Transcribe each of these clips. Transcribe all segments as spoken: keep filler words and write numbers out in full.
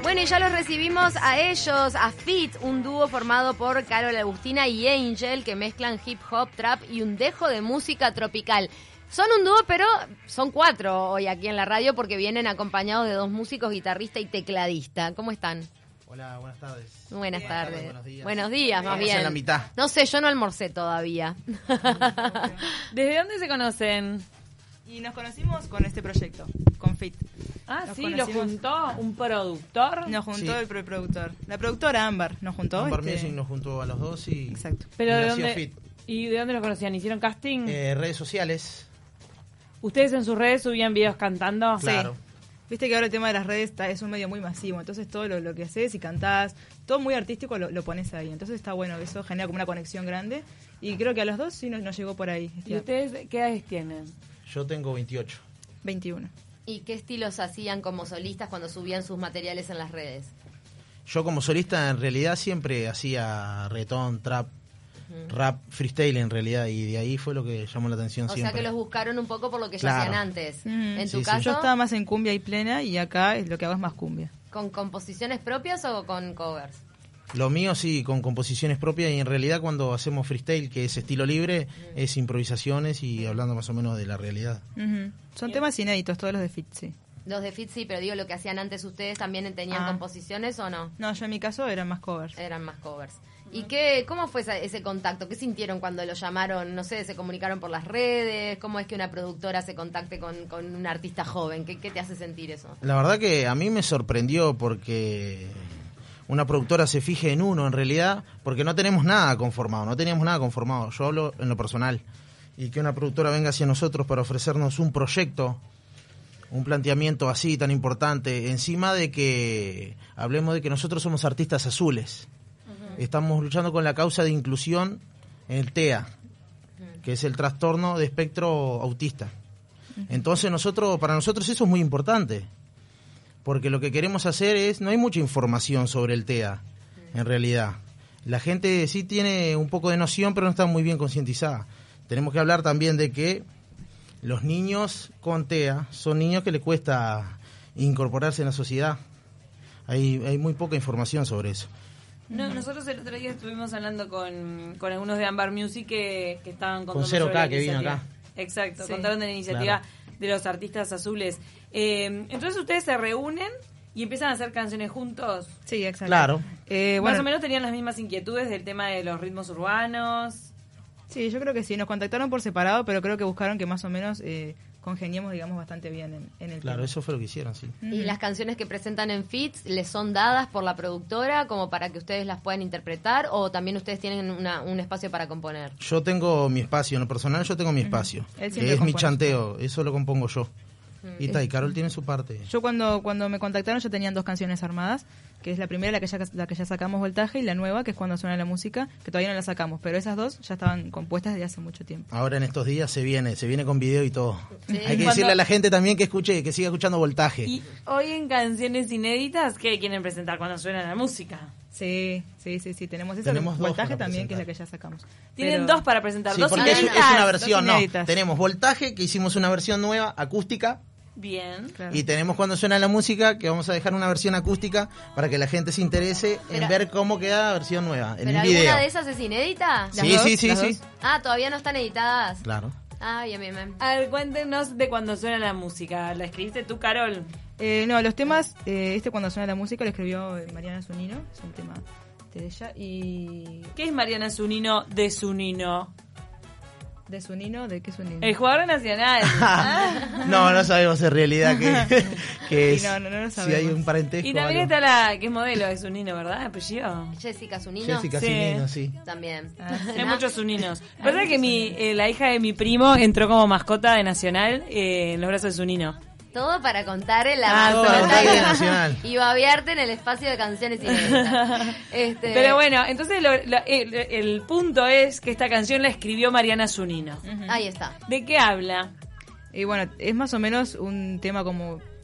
Bueno, y ya los recibimos a ellos, a Fit, un dúo formado por Carol Agustina y Angel, que mezclan hip hop, trap y un dejo de música tropical. Son un dúo, pero son cuatro hoy aquí en la radio porque vienen acompañados de dos músicos, guitarrista y tecladista. ¿Cómo están? Hola, buenas tardes. Buenas Bien, tardes. Buenos días. Buenos días, más bien. En la mitad. No sé, yo no almorcé todavía. ¿Desde dónde se conocen? Y nos conocimos con este proyecto, con Fit. Ah, Nos sí, conocimos- lo juntó un productor. Nos juntó Sí. el pro- productor. La productora Ámbar nos juntó. Ambar este- Music nos juntó a los dos y, Exacto. Pero y ¿de nació dónde? Fit. ¿Y de dónde los conocían? ¿Hicieron casting? Eh, redes sociales, ¿Ustedes en sus redes subían videos cantando? claro. Viste que ahora el tema de las redes está, es un medio muy masivo, entonces todo lo, lo que haces y cantás, todo muy artístico lo, lo pones ahí. Entonces está bueno, eso genera como una conexión grande. Y creo que a los dos sí nos, nos llegó por ahí. ¿Y ustedes qué edades tienen? Yo tengo veintiocho. veintiuno. ¿Y qué estilos hacían como solistas cuando subían sus materiales en las redes? Yo como solista en realidad siempre hacía reggaetón, trap, rap, freestyle en realidad, y de ahí fue lo que llamó la atención O siempre. sea que los buscaron un poco por lo que ya Claro. hacían antes. Mm. En tu Sí, sí. caso, Yo estaba más en cumbia y plena y acá es lo que hago es más cumbia. ¿con composiciones propias o con covers? Lo mío sí, con composiciones propias, y en realidad cuando hacemos freestyle, que es estilo libre, es improvisaciones y hablando más o menos de la realidad. Ujú. Son temas inéditos, todos los de Fit, sí. Los de Fit sí, pero digo, lo que hacían antes ustedes, ¿también tenían Ah. composiciones o no? No, yo en mi caso eran más covers. Eran más covers. ¿Y qué, cómo fue esa- ese contacto? ¿Qué sintieron cuando lo llamaron? No sé, ¿se comunicaron por las redes? ¿Cómo es que una productora se contacte con, con un artista joven? ¿Qué, qué te hace sentir eso? La verdad que a mí me sorprendió porque una productora se fije en uno en realidad, porque no tenemos nada conformado, no teníamos nada conformado. Yo hablo en lo personal. Y que una productora venga hacia nosotros para ofrecernos un proyecto, un planteamiento así tan importante, encima de que hablemos de que nosotros somos artistas azules. Estamos luchando con la causa de inclusión en el T E A, que es el trastorno de espectro autista. Entonces nosotros, para nosotros eso es muy importante, porque lo que queremos hacer es, no hay mucha información sobre el T E A, en realidad. La gente sí tiene un poco de noción, pero no está muy bien concientizada. Tenemos que hablar también de que los niños con T E A son niños que les cuesta incorporarse en la sociedad. Hay, hay muy poca información sobre eso. No, nosotros el otro día estuvimos hablando con, con algunos de Ambar Music que, que estaban contando Con Cero sobre K, la que vino iniciativa. acá. Exacto, Sí. contaron de la iniciativa de los artistas azules. Eh, entonces ustedes se reúnen y empiezan a hacer canciones juntos. Sí, exacto. Claro. Eh, bueno, Más o menos tenían las mismas inquietudes del tema de los ritmos urbanos. sí, yo creo que sí. Nos contactaron por separado, pero creo que buscaron que más o menos eh, congeniemos, digamos, bastante bien en, en el Claro, tema. eso fue lo que hicieron, sí. ¿Y las canciones que presentan en Fit les son dadas por la productora como para que ustedes las puedan interpretar o también ustedes tienen una, un espacio para componer? Yo tengo mi espacio, en lo personal yo tengo mi espacio, Él que siempre es mi compone. chanteo, eso lo compongo yo. Y, está, y Carol tiene su parte. Yo cuando cuando me contactaron ya tenían dos canciones armadas, que es la primera, la que ya la que ya sacamos Voltaje, y la nueva, que es Cuando suena la música, que todavía no la sacamos, pero esas dos ya estaban compuestas desde hace mucho tiempo. Ahora en estos días se viene, se viene con video y todo. Sí. Hay que Cuando- decirle a la gente también que escuche, que siga escuchando Voltaje. Y hoy en canciones inéditas, ¿qué quieren presentar cuando suena la música? Sí, sí, sí, sí, tenemos esa. Tenemos dos Voltaje para también, que es la presentar. que ya sacamos. Tienen Pero- dos para presentar, Sí, dos porque es, es inéditas. una versión, dos no. inéditas. Tenemos Voltaje, que hicimos una versión nueva, acústica, Bien. Claro. y tenemos Cuando suena la música, que vamos a dejar una versión acústica para que la gente se interese Pero- en ver cómo queda la versión nueva, en ¿Pero el alguna video. de esas es inédita? ¿Las Sí, dos? sí, sí, ¿Las sí. dos? Ah, todavía no están editadas. Claro. Ah, bien, bien, bien. A ver, cuéntenos de cuando suena la música. ¿La escribiste tú, Carol? Eh, no, los temas, eh, este Cuando suena la música lo escribió eh, Mariana Zunino, es un tema de ella, y ¿Qué es Mariana Zunino de Zunino? de Zunino, ¿de qué Zunino? El jugador nacional. Ah. No, no sabemos en realidad que, que es, Sí, no, no, no lo si hay sabemos. un parentesco. Y también algo. está la que es modelo de Zunino, ¿verdad? Apellido. Jessica Zunino. Jessica Sí. Zunino, sí. También. Ah, sí. Hay muchos Zuninos. ¿Verdad que mi, eh, la hija de mi primo entró como mascota de Nacional eh, en los brazos de Zunino? Todo para contar en la Ah, todo mascota para contar y- en Nacional. Y babearte en el espacio de canciones inéditas. Este, Pero bueno, entonces lo- lo- el, el punto es que esta canción la escribió Mariana Zunino. Ahí está. ¿De qué habla? Y bueno, es más o menos un tema como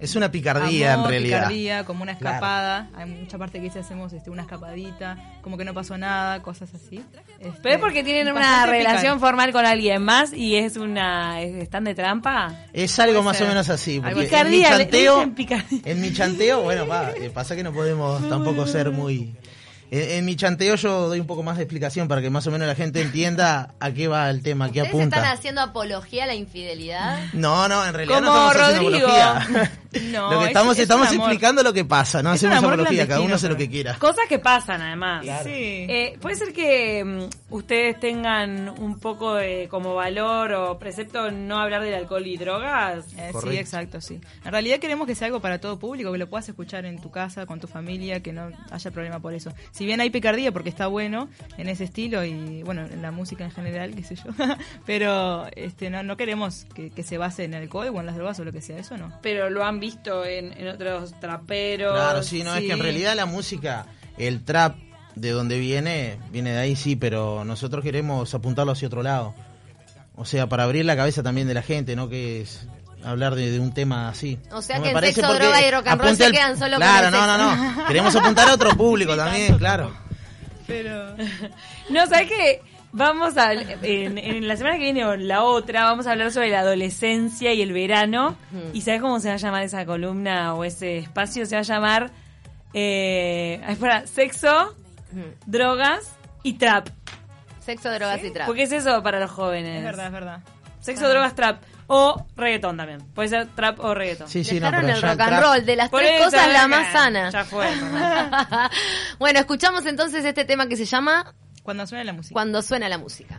Es una picardía amor, en realidad. picardía, como una escapada. Claro. Hay mucha parte que dice hacemos este, una escapadita, como que no pasó nada, cosas así. Este, Pero es porque tienen una bastante relación picante. formal con alguien más y es una es- están de trampa. Es algo Puede más ser. o menos así. Porque en mi Picardía, le- le chanteo, dicen picardía. en mi chanteo, bueno, va, eh, pasa que no podemos tampoco ser muy... En, en mi chanteo yo doy un poco más de explicación para que más o menos la gente entienda a qué va el tema, a qué ¿Ustedes están apunta. haciendo apología a la infidelidad? No, no, en realidad Como no estamos haciendo Rodrigo. apología. No, lo que es- estamos, es un estamos amor. explicando lo que pasa, no Es un hacemos amor apología, cada uno clandestino, hace lo pero- que quiera. Cosas que pasan además. Claro. Sí. Eh, puede ser que mm, ustedes tengan un poco de como valor o precepto no hablar del alcohol y drogas. Eh, sí, Correcto. exacto, sí. En realidad queremos que sea algo para todo público, que lo puedas escuchar en tu casa, con tu familia, que no haya problema por eso. Si bien hay picardía, porque está bueno en ese estilo y, bueno, en la música en general, qué sé yo, pero este no, no queremos que, que se base en el alcohol o en las drogas o lo que sea, eso no. Pero lo han visto en, en otros traperos. Claro, sí, no, es que en sí. realidad la música, el trap, de donde viene, viene de ahí, sí, pero nosotros queremos apuntarlo hacia otro lado. O sea, para abrir la cabeza también de la gente, ¿no? Que es hablar de, de un tema así. O sea No que me en parece sexo, porque droga y rock and roll apunte se al- quedan solo con Claro, el no, sexo. no, no. Queremos apuntar a otro público también, claro. Pero No, ¿sabes qué? Vamos a, en, en la semana que viene o la otra, vamos a hablar sobre la adolescencia y el verano. ¿Y sabes cómo se va a llamar esa columna o ese espacio? Se va a llamar eh, espera, sexo, drogas y trap. Sexo, drogas y trap. Porque es eso para los jóvenes. es verdad, es verdad. Sexo, drogas, trap. O reggaetón también. Puede ser trap o reggaetón. Sí, sí, no, Dejaron pero el ya rock and trap- roll, de las Por tres eso, cosas la eh, más sana. Ya fue. Bueno, escuchamos entonces este tema que se llama Cuando suena la música. Cuando suena la música.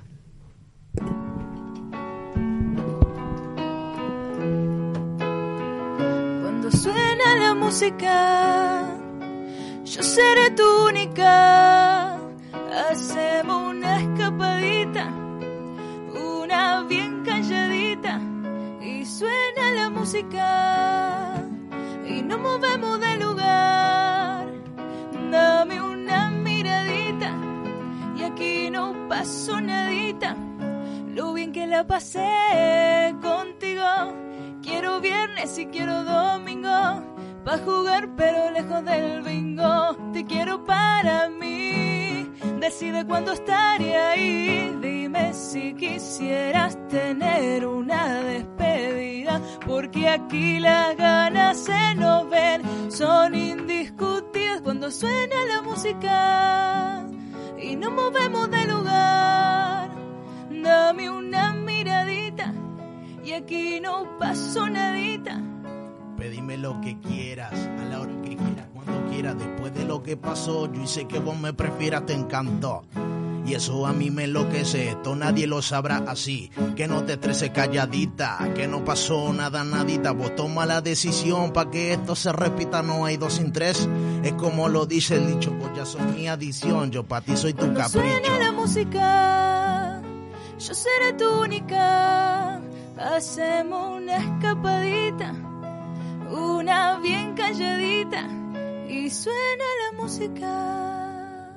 Cuando suena la música, yo seré tu única. Hacemos una escapadita, una bien calladita, y suena la música, y nos movemos del lugar. Dame una miradita, y aquí no pasó nadita. Lo bien que la pasé contigo. Quiero viernes y quiero domingo, pa' jugar pero lejos del bingo. Te quiero para mí, decide cuándo estaré ahí. Dime si quisieras tener una despedida, porque aquí las ganas se nos ven, son indiscutidas cuando suena la música y nos movemos del lugar. Dame una miradita, y aquí no pasó nadita. Pedime lo que quieras, a la hora que quieras, cuando quieras. Después de lo que pasó, yo hice que vos me prefieras, te encantó. Y eso a mí me enloquece, esto nadie lo sabrá así. Que no te estreses calladita, que no pasó nada, nadita. Vos toma la decisión pa' que esto se repita, no hay dos sin tres. Es como lo dice el dicho, vos ya sos mi adición, yo pa' ti soy tu Cuando capricho. suena la música, yo seré tu única. Hacemos una escapadita, una bien calladita, y suena la música.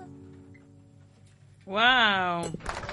Wow.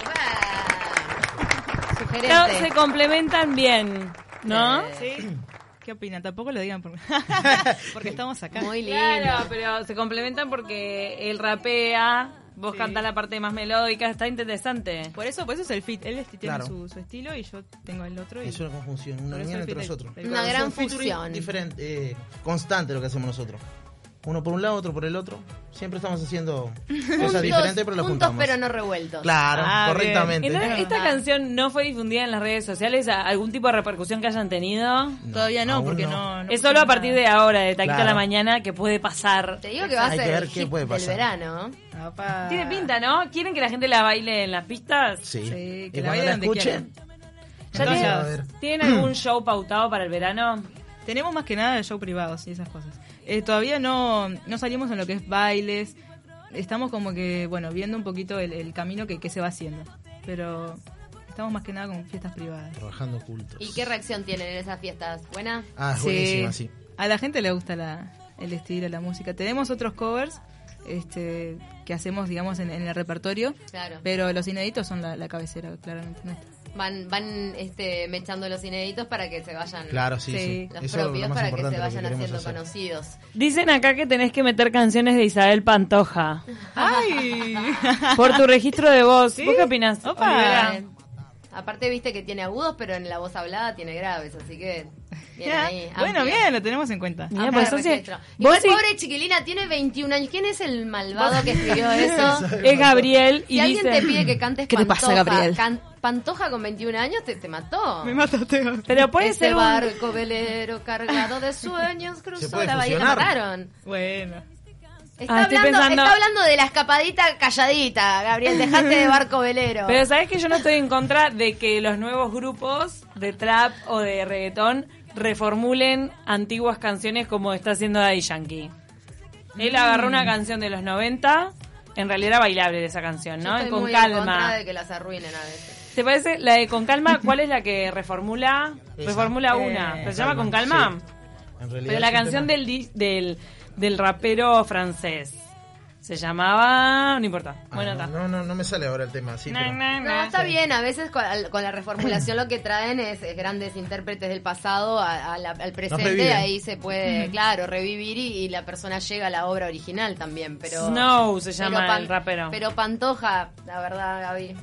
Sugerente. No, se complementan bien, ¿no? ¿Sí? ¿Qué opinan? Tampoco lo digan por... porque estamos acá. Muy lindo. Claro, pero se complementan porque él rapea, vos Sí. cantás la parte más melódica, está interesante. Por eso, por eso es el fit. Él tiene Claro. su, su estilo y yo tengo el otro. Y... Es una conjunción, una Por eso unión el entre fit nosotros. del- Una Es gran un featuring fusión. diferente, eh, constante lo que hacemos nosotros. Uno por un lado, otro por el otro. Siempre estamos haciendo cosas Juntos, diferentes, pero lo juntos juntamos. pero no revueltos. Claro, Ah, correctamente. Entonces, ¿esta Ah. canción no fue difundida en las redes sociales? ¿Algún tipo de repercusión que hayan tenido? No, Todavía no, aún porque no. no... no Es solo a pusimos partir nada. de ahora, de taquito a la Claro. mañana, que puede pasar. Te digo que va a Hay ser que ver el qué hit puede del pasar. verano. Apa. Tiene pinta, ¿no? ¿Quieren que la gente la baile en las pistas? Sí. Sí, que y la cuando baile la donde escuchen, ¿Ya entonces tienen, va a ver. ¿tienen algún show pautado para el verano? Tenemos más que nada el show privados y esas cosas. Eh, todavía no, no salimos en lo que es bailes. Estamos como que, bueno, viendo un poquito el, el camino que, que se va haciendo. Pero estamos más que nada con fiestas privadas. Trabajando ocultos. ¿Y qué reacción tienen en esas fiestas? ¿Buena? Ah, es Sí. buenísima, sí. A la gente le gusta la, el estilo, la música. Tenemos otros covers este, que hacemos, digamos, en, en el repertorio. Claro. Pero los inéditos son la, la cabecera, claramente nuestra. Van, van este, mechando los inéditos para que se vayan. Claro, sí, Sí. sí. Los Eso es lo propios más para que importante, se lo vayan queremos haciendo hacer. conocidos. Dicen acá que tenés que meter canciones de Isabel Pantoja ¡Ay! por tu registro de voz. ¿Sí? ¿Vos qué opinás? Opa. Olivera? Eh, aparte, viste que tiene agudos, pero en la voz hablada tiene graves, así que bien Ya. ahí. Bueno, amplia. bien, lo tenemos en cuenta. Mirá, Amplia pues, entonces, registro. vos Igual, sí- pobre chiquilina, tiene veintiún años. ¿Quién es el malvado que escribió eso? Es Gabriel y Si alguien dice... te pide que cantes ¿Qué te Pantoja, pasa, Gabriel? can- Pantoja con veintiún años te, te mató. Me mataste. Pero puede Este ser un... barco velero cargado de sueños cruzó puede la bahía. fusionar. Mataron. Bueno. Está, Ah, estoy hablando, pensando- está hablando de la escapadita calladita, Gabriel. Dejate de barco velero. Pero sabés que yo no estoy en contra de que los nuevos grupos de trap o de reggaetón reformulen antiguas canciones como está haciendo Daddy Yankee. Él agarró una canción de los noventa, en realidad era bailable de esa canción, Yo ¿no? estoy Con muy en contra calma. de que las arruinen a veces. ¿Te parece la de Con calma? ¿Cuál es la que reformula? Esa. Reformula Eh, una. ¿Pero se Con llama Con Calma, calma? sí. En realidad Pero la es un canción tema- del, di- del del rapero francés se llamaba... No importa. Ah, Bueno, no, está. no, no, no me sale ahora el tema, sí, Na, pero... na, No, na. está bien, a veces con, al- con la reformulación lo que traen es, es grandes intérpretes del pasado a- a la- al presente, reviven. ahí se puede, claro, revivir y, y la persona llega a la obra original también, pero... Snow se pero llama Pan- el rapero. Pero Pantoja, la verdad, Gaby.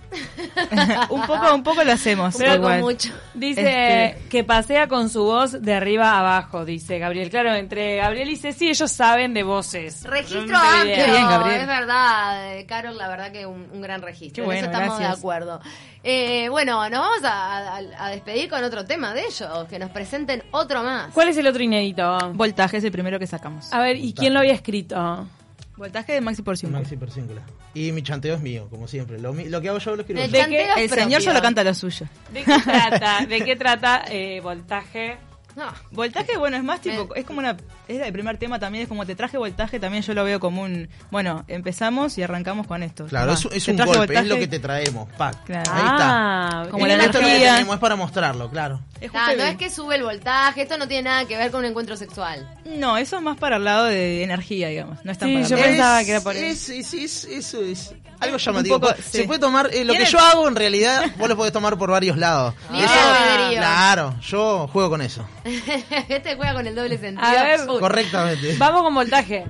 un poco un poco lo hacemos. Pero igual. con mucho. Dice Este- que pasea con su voz de arriba a abajo, dice Gabriel. Claro, entre Gabriel y Ceci ellos saben de voces. Registro No tengo amplio, idea. Qué bien, Gabriel. es verdad, eh, Carol, la verdad que un, un gran registro, Qué en bueno, eso estamos gracias. de acuerdo. Eh, bueno, nos vamos a, a- a despedir con otro tema de ellos, que nos presenten otro más. ¿Cuál es el otro inédito? Voltaje es el primero que sacamos. A ver, ¿y quién lo había escrito? Voltaje de Maxi Porciúncula. Maxi Persíncula. Y mi chanteo es mío, como siempre. Lo, mi- lo que hago yo lo escribo El yo. de chanteo qué- es El señor propio. solo canta lo suyo. ¿De qué trata? ¿De qué trata eh, Voltaje? No. Voltaje, bueno, es más tipo, es como una, es el primer tema también, es como te traje voltaje, también yo lo veo como un, bueno, empezamos y arrancamos con esto. Claro, Toma, es, es te un traje golpe, es voltaje, lo que te traemos. Pac. Claro. Ahí Ah, está. como Y la esto es lo que energía. tenemos, es para mostrarlo, claro. es Ah, justo no el- es que sube el voltaje, esto no tiene nada que ver con un encuentro sexual. No, eso es más para el lado de energía, digamos, no es tan Sí, para yo el lado- pensaba Es- que era por es, es, es- eso es algo llamativo. Un poco, Se sí. puede tomar, eh, lo que Tiene- yo hago en realidad, vos lo podés tomar por varios lados. Libre Eso- albedrío. claro, yo juego con eso. Este juega con el doble sentido. A ver, Uy. Correctamente. vamos con Voltaje.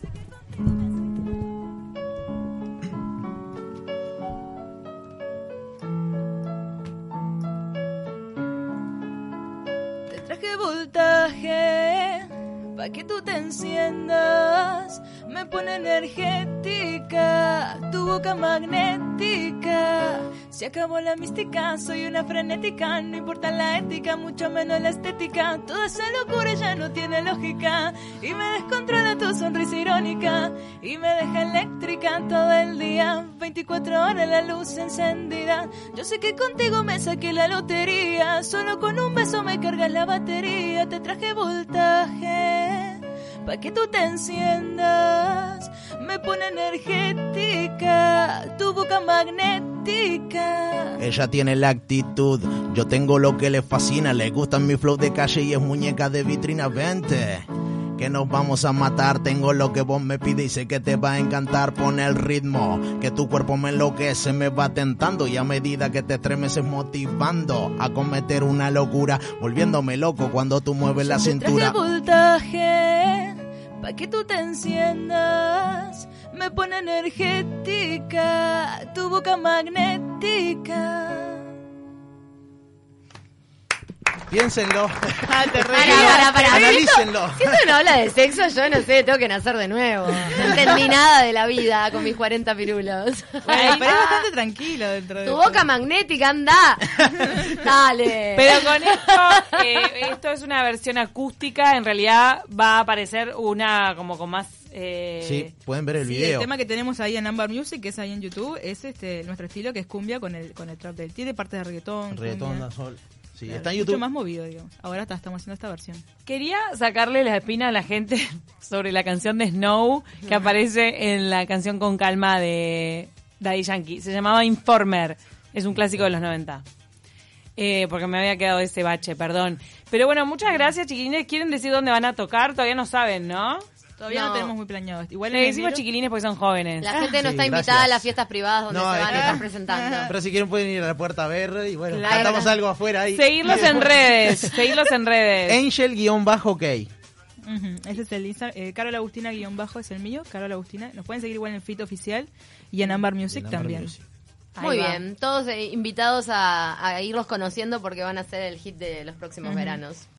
Te traje voltaje pa' que tú te enciendas. Me pone energética, tu boca magnética. Se acabó la mística, soy una frenética. No importa la ética, mucho menos la estética. Toda esa locura ya no tiene lógica. Y me descontrola tu sonrisa irónica. Y me deja eléctrica todo el día. veinticuatro horas la luz encendida. Yo sé que contigo me saqué la lotería. Solo con un beso me cargas la batería. Te traje voltaje pa' que tú te enciendas. Me pone energética, tu boca magnética. Ella tiene la actitud, yo tengo lo que le fascina. Le gustan mi flow de calle y es muñeca de vitrina. Vente, que nos vamos a matar. Tengo lo que vos me pides y sé que te va a encantar. Pon el ritmo, que tu cuerpo me enloquece, me va tentando. Y a medida que te estremeces motivando a cometer una locura, volviéndome loco cuando tú mueves la Te cintura. traje voltaje pa' que tú te enciendas. Me pone energética, tu boca magnética. Piénsenlo. Ah, te Para, para, para. Analícenlo. Si esto no habla de sexo, yo no sé, tengo que nacer de nuevo. No entendí nada de la vida con mis cuarenta pirulos. Bueno, pero es bastante tranquilo dentro de Tu todo. boca magnética, anda. Dale. Pero con esto, eh, esto es una versión acústica. En realidad va a aparecer una como con más... eh, Sí, pueden ver el Sí, video. el tema que tenemos ahí en Amber Music, que es ahí en YouTube, es este nuestro estilo, que es cumbia con el con el trap del tiene parte de reggaetón, Reggaetón, cumbia. dancehall. Sí, Claro, está en mucho YouTube. más movido, digamos. Ahora está, estamos haciendo esta versión. Quería sacarle la espina a la gente sobre la canción de Snow que aparece en la canción Con Calma de Daddy Yankee. Se llamaba Informer. Es un clásico de los noventa. Eh, porque me había quedado ese bache, perdón. Pero bueno, muchas gracias, chiquilines. ¿Quieren decir dónde van a tocar? Todavía no saben, ¿no? Todavía no, No. tenemos muy planeado. Igual Le en decimos enero- chiquilines porque son jóvenes. La gente no Sí, está invitada gracias. a las fiestas privadas donde No, se es van que- a estar presentando. Pero si quieren pueden ir a la puerta a ver y bueno, Claro. cantamos algo afuera ahí. Seguirlos en redes, seguirlos en redes. Angel-OK. Ujú, ese es el Insta, eh, Carol Agustina guión bajo es el mío, Carol Agustina. Nos pueden seguir igual en el feed oficial y en Ambar Music Y en Ambar también. Music. Ahí Muy va. bien, todos eh, invitados a, a irlos conociendo porque van a ser el hit de los próximos Ujú. veranos.